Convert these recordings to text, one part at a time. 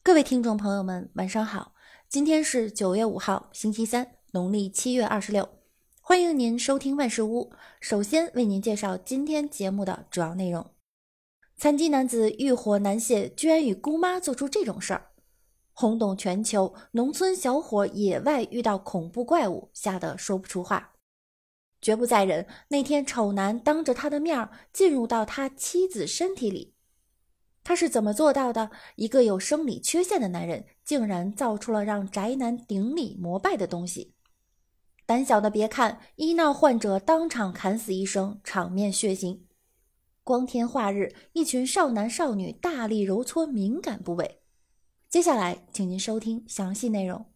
各位听众朋友们，晚上好！今天是9月5号，星期三，农历7月26。欢迎您收听万事屋。首先为您介绍今天节目的主要内容。残疾男子欲火难泄，居然与姑妈做出这种事儿，轰动全球。农村小伙野外遇到恐怖怪物，吓得说不出话。绝不再忍，那天丑男当着他的面进入到他妻子身体里。他是怎么做到的？一个有生理缺陷的男人竟然造出了让宅男顶礼膜拜的东西。胆小的别看，医闹患者当场砍死医生，场面血腥。光天化日，一群少男少女大力揉搓敏感部位。接下来请您收听详细内容。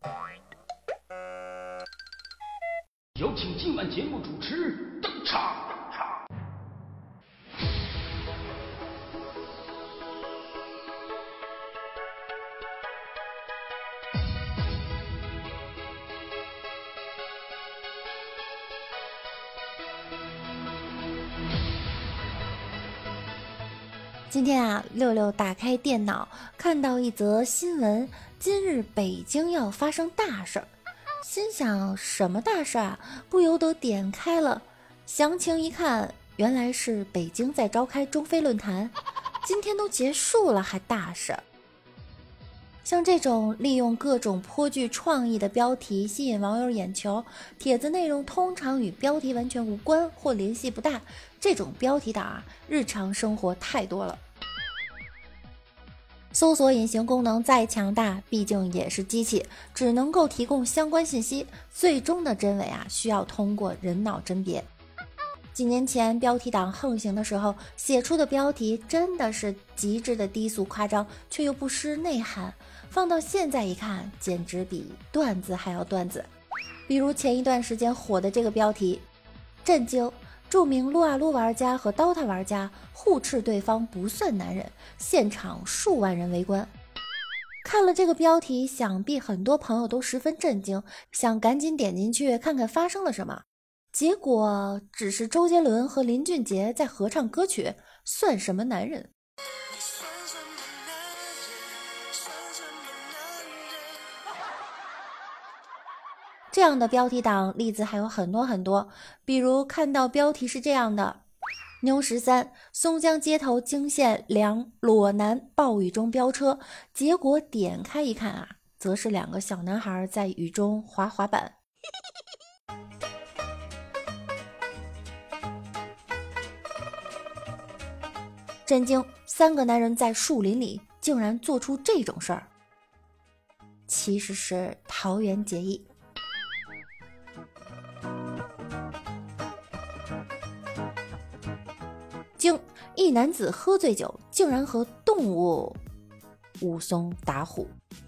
有请今晚节目主持登场。 今天啊，六六打开电脑，看到一则新闻，今日北京要发生大事儿，心想什么大事啊？不由得点开了详情一看，原来是北京在召开中非论坛，今天都结束了还大事儿。像这种利用各种颇具创意的标题吸引网友眼球，帖子内容通常与标题完全无关或联系不大，这种标题党啊，日常生活太多了。搜索引擎功能再强大，毕竟也是机器，只能够提供相关信息，最终的真伪啊，需要通过人脑甄别。几年前标题党横行的时候，写出的标题真的是极致的低俗夸张，却又不失内涵，放到现在一看，简直比段子还要段子。比如前一段时间火的这个标题，震惊，著名撸啊撸玩家和 DOTA 玩家互斥对方不算男人，现场数万人围观。看了这个标题，想必很多朋友都十分震惊，想赶紧点进去看看发生了什么。结果只是周杰伦和林俊杰在合唱歌曲，算什么男人？这样的标题党例子还有很多很多，比如看到标题是这样的：牛13松江街头惊现两裸男暴雨中飙车，结果点开一看啊，则是两个小男孩在雨中滑滑板。震惊，3个男人在树林里竟然做出这种事儿，其实是桃园结义。惊，一男子喝醉酒竟然和动物武松打虎。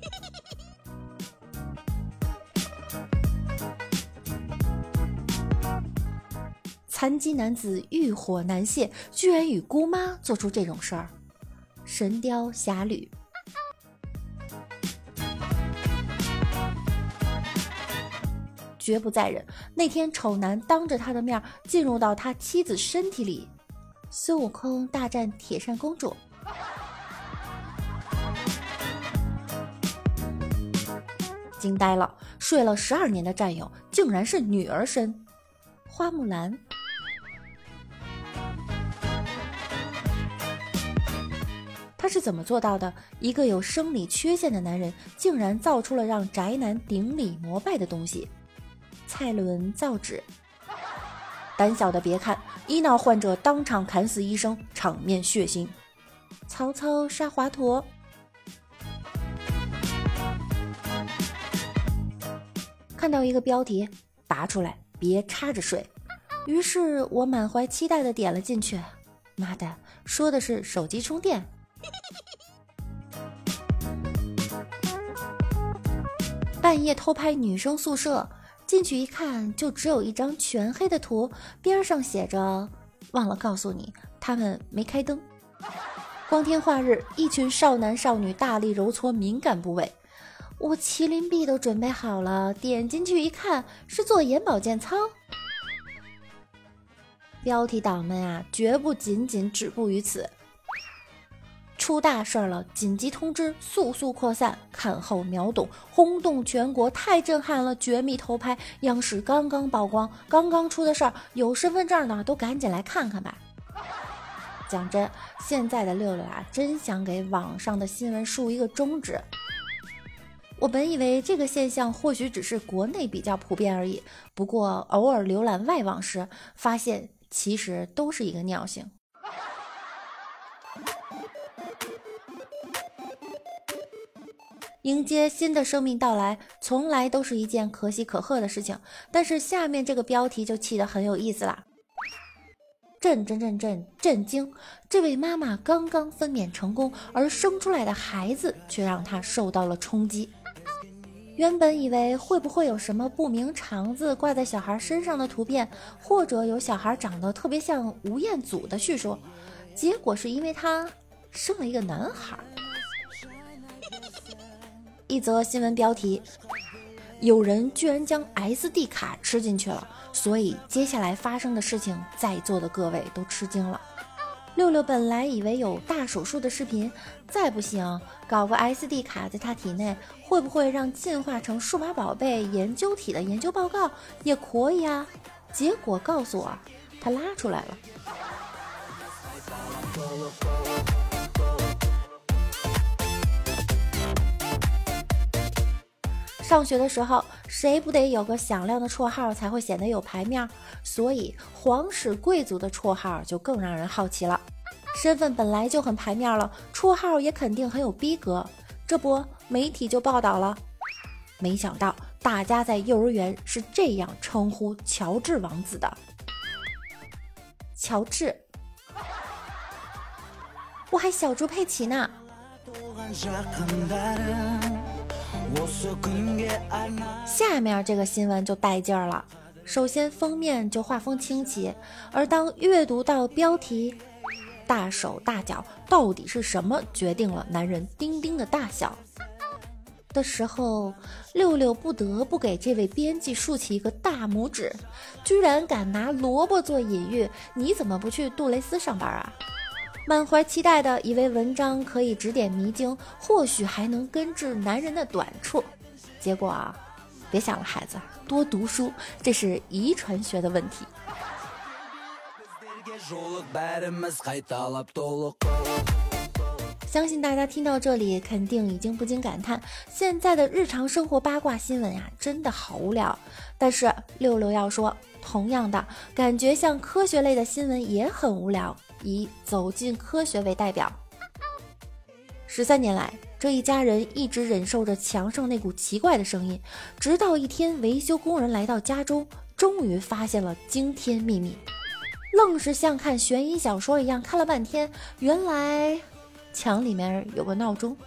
残疾男子欲火难泄，居然与姑妈做出这种事儿，神雕侠侣。绝不再忍，那天丑男当着他的面进入到他妻子身体里，孙悟空大战铁扇公主。惊呆了，睡了12年的战友竟然是女儿身，花木兰。他是怎么做到的？一个有生理缺陷的男人竟然造出了让宅男顶礼膜拜的东西。蔡伦造纸。胆小的别看，医闹患者当场砍死医生，场面血腥。曹操杀华佗。看到一个标题，拔出来，别插着睡。于是我满怀期待的点了进去，妈的，说的是手机充电。半夜偷拍女生宿舍，进去一看，就只有一张全黑的图，边上写着忘了告诉你，他们没开灯。光天化日，一群少男少女大力揉搓敏感部位，我麒麟臂都准备好了，点进去一看，是做眼保健操。标题党们啊，绝不仅仅止步于此。 出大事了！紧急通知，速速扩散！看后秒懂，轰动全国，太震撼了！绝密偷拍，央视刚刚曝光，刚刚出的事儿，有身份证的都赶紧来看看吧。讲真，现在的六六啊，真想给网上的新闻竖一个中指。我本以为这个现象或许只是国内比较普遍而已，不过偶尔浏览外网时，发现其实都是一个尿性。迎接新的生命到来，从来都是一件可喜可贺的事情。但是下面这个标题就起得很有意思啦。震惊！这位妈妈刚刚分娩成功，而生出来的孩子却让她受到了冲击。原本以为会不会有什么不明肠子挂在小孩身上的图片，或者有小孩长得特别像吴彦祖的叙述，结果是因为他生了一个男孩。一则新闻标题：有人居然将 SD 卡吃进去了，所以接下来发生的事情，在座的各位都吃惊了。六六本来以为有大手术的视频，再不行搞个 SD 卡在他体内，会不会让进化成数码宝贝研究体的研究报告也可以啊？结果告诉我，他拉出来了。上学的时候，谁不得有个响亮的绰号才会显得有排面？所以皇室贵族的绰号就更让人好奇了。身份本来就很排面了，绰号也肯定很有逼格。这不，媒体就报道了。没想到大家在幼儿园是这样称呼乔治王子的。乔治，我还小猪佩奇呢。下面这个新闻就带劲儿了。首先封面就画风清奇，而当阅读到标题大手大脚到底是什么决定了男人丁丁的大小的时候，六六不得不给这位编辑竖起一个大拇指。居然敢拿萝卜做隐喻，你怎么不去杜蕾斯上班啊？满怀期待的以为文章可以指点迷津，或许还能根治男人的短处。结果啊，别想了孩子，多读书，这是遗传学的问题。相信大家听到这里肯定已经不禁感叹，现在的日常生活八卦新闻呀，真的好无聊。但是六六要说，同样的感觉像科学类的新闻也很无聊，以走进科学为代表。13年来，这一家人一直忍受着墙上那股奇怪的声音，直到一天维修工人来到家中，终于发现了惊天秘密。愣是像看悬疑小说一样看了半天，原来墙里面有个闹钟。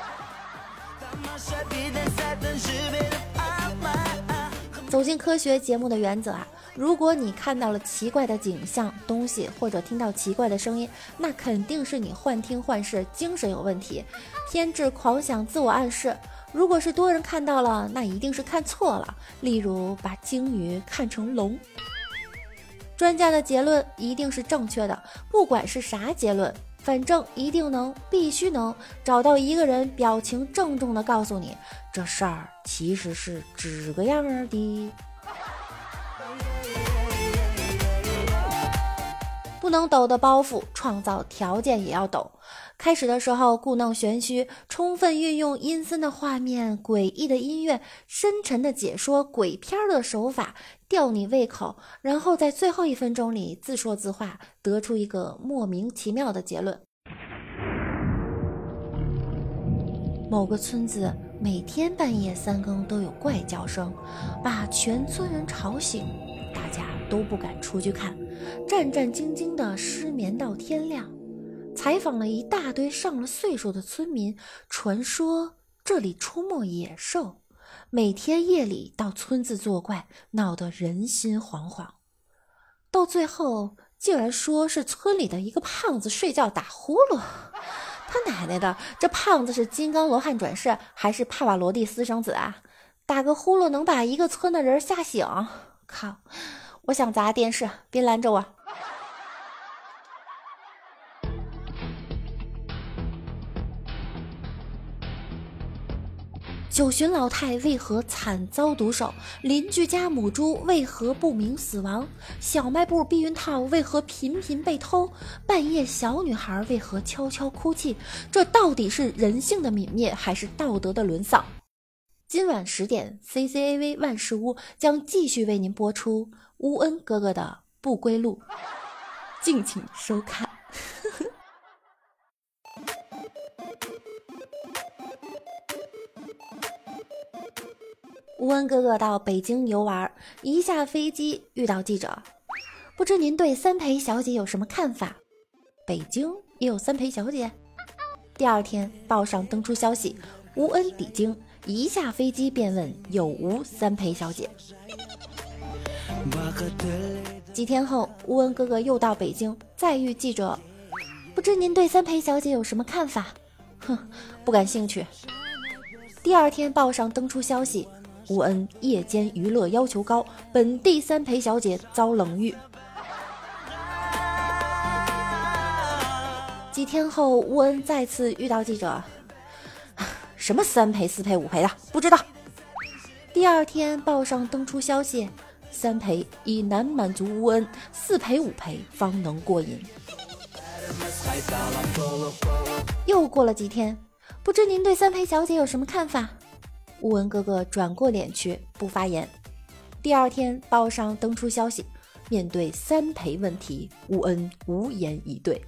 走进科学节目的原则啊，如果你看到了奇怪的景象、东西，或者听到奇怪的声音，那肯定是你幻听幻视，精神有问题，偏执狂想，自我暗示。如果是多人看到了，那一定是看错了，例如把鲸鱼看成龙。专家的结论一定是正确的，不管是啥结论，反正一定能，必须能找到一个人表情郑重地告诉你，这事儿其实是这个样儿的。不能抖的包袱，创造条件也要抖。开始的时候故弄玄虚，充分运用阴森的画面、诡异的音乐、深沉的解说、鬼片的手法吊你胃口，然后在最后1分钟里自说自话，得出一个莫名其妙的结论。某个村子每天半夜3更都有怪叫声，把全村人吵醒，大家都不敢出去看，战战兢兢地失眠到天亮。采访了一大堆上了岁数的村民，传说这里出没野兽，每天夜里到村子作怪，闹得人心惶惶。到最后竟然说是村里的一个胖子睡觉打呼噜。他奶奶的，这胖子是金刚罗汉转世还是帕瓦罗蒂私生子啊？打个呼噜能把一个村的人吓醒？靠！我想砸电视，别拦着我。 九旬老太为何惨遭毒手？邻居家母猪为何不明死亡？小卖部避孕套为何频频被偷？半夜小女孩为何悄悄哭泣？这到底是人性的泯灭，还是道德的沦丧？今晚10点 CCAV 万事屋将继续为您播出乌恩哥哥的不归路，敬请收看。乌恩哥哥到北京游玩，一下飞机遇到记者，不知您对三陪小姐有什么看法？北京也有三陪小姐？第二天报上登出消息，乌恩抵京，一下飞机便问有无三陪小姐。几天后，乌恩哥哥又到北京，再遇记者，不知您对三陪小姐有什么看法？哼，不感兴趣。第二天报上登出消息，乌恩夜间娱乐要求高，本地三陪小姐遭冷遇。几天后，乌恩再次遇到记者，什么三陪四陪五陪的不知道。第二天报上登出消息，三陪已难满足乌恩，四陪五陪方能过瘾。又过了几天，不知您对三陪小姐有什么看法？乌恩哥哥转过脸去不发言。第二天报上登出消息，面对三陪问题，乌恩无言以对。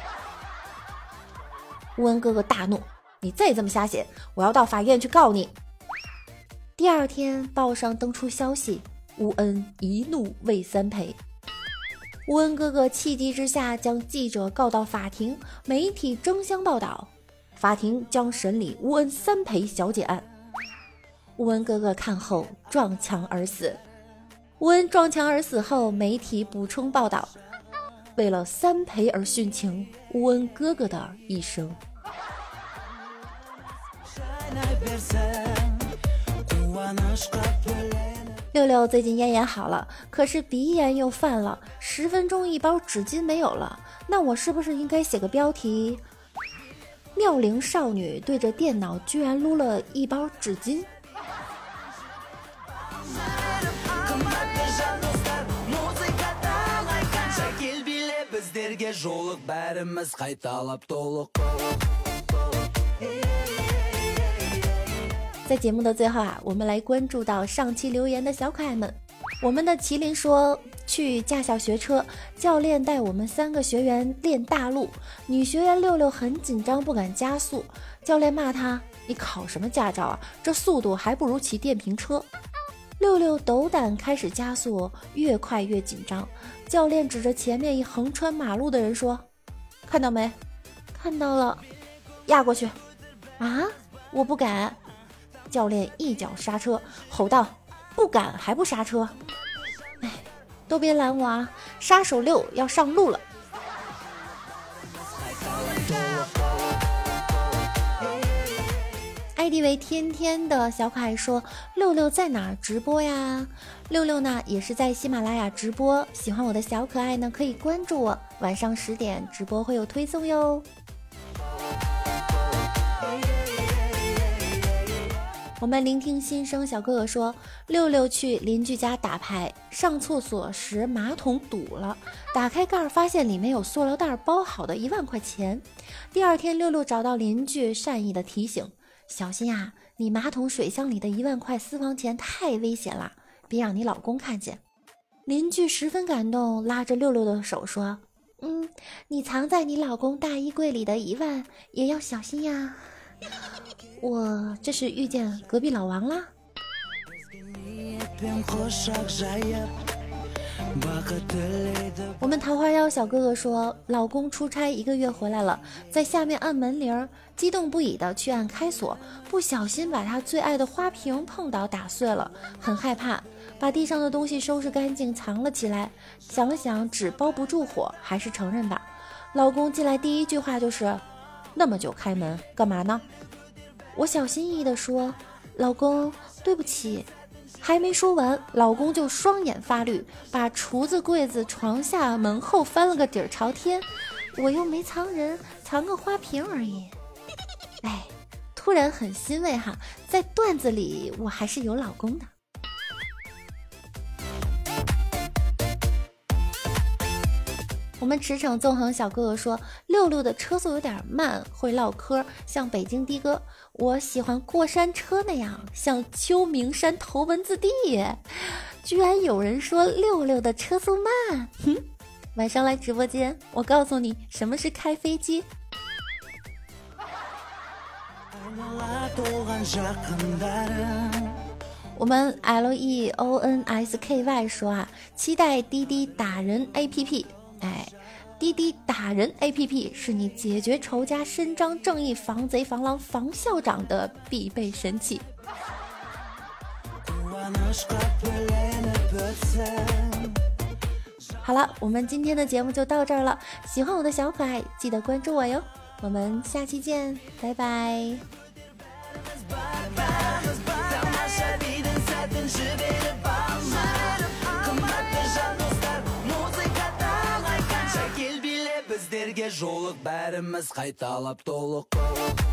乌恩哥哥大怒，你再这么瞎写，我要到法院去告你。第二天报上登出消息，乌恩一怒为三陪。乌恩哥哥气急之下将记者告到法庭，媒体争相报道，法庭将审理乌恩三陪小姐案。乌恩哥哥看后撞墙而死。乌恩撞墙而死后，媒体补充报道，为了三陪而殉情，乌恩哥哥的一生。六六最近咽炎好了，可是鼻炎又犯了，10分钟一包纸巾没有了，那我是不是应该写个标题，妙龄少女对着电脑居然撸了一包纸巾？在节目的最后我们来关注到上期留言的小可爱们。我们的麒麟说，去驾校学车，教练带我们3个学员练大路，女学员六六很紧张不敢加速，教练骂他，你考什么驾照啊，这速度还不如骑电瓶车。六六斗胆开始加速，越快越紧张，教练指着前面一横穿马路的人说，看到没？看到了，压过去。啊，我不敢。教练一脚刹车，吼道，不敢还不刹车？哎，都别拦我啊，杀手6要上路了。ID 为天天的小可爱说，六六在哪儿直播呀？六六呢也是在喜马拉雅直播，喜欢我的小可爱呢可以关注我，晚上10点直播会有推送哟。我们聆听心声小哥哥说，六六去邻居家打牌，上厕所时马桶堵了，打开盖发现里面有塑料袋包好的1万块钱。第二天六六找到邻居，善意的提醒，小心啊，你马桶水箱里的1万块私房钱太危险了，别让你老公看见。邻居十分感动，拉着六六的手说，你藏在你老公大衣柜里的1万也要小心呀。我这是遇见隔壁老王啦。我们桃花妖小哥哥说，老公出差1个月回来了，在下面按门铃，激动不已的去按开锁，不小心把他最爱的花瓶碰倒打碎了，很害怕，把地上的东西收拾干净藏了起来，想了想纸包不住火，还是承认吧。老公进来第一句话就是，那么久开门干嘛呢？我小心翼翼地说，老公对不起。还没说完，老公就双眼发绿，把厨子柜子床下门后翻了个底儿朝天，我又没藏人，藏个花瓶而已。哎，突突然很欣慰哈，在段子里我还是有老公的。我们驰骋纵横小哥哥说，66的车速有点慢，会唠嗑，像北京的哥。我喜欢过山车那样，像秋名山头文字 D。居然有人说66的车速慢，晚上来直播间，我告诉你什么是开飞机。我们 LEONSKY 说啊，期待滴滴打人 APP。滴滴打人 APP 是你解决仇家、伸张正义、防贼防狼防校长的必备神器。好了，我们今天的节目就到这儿了，喜欢我的小可爱记得关注我哟，我们下期见，拜拜。 Bizlerge жолық бәріміз қайталап толық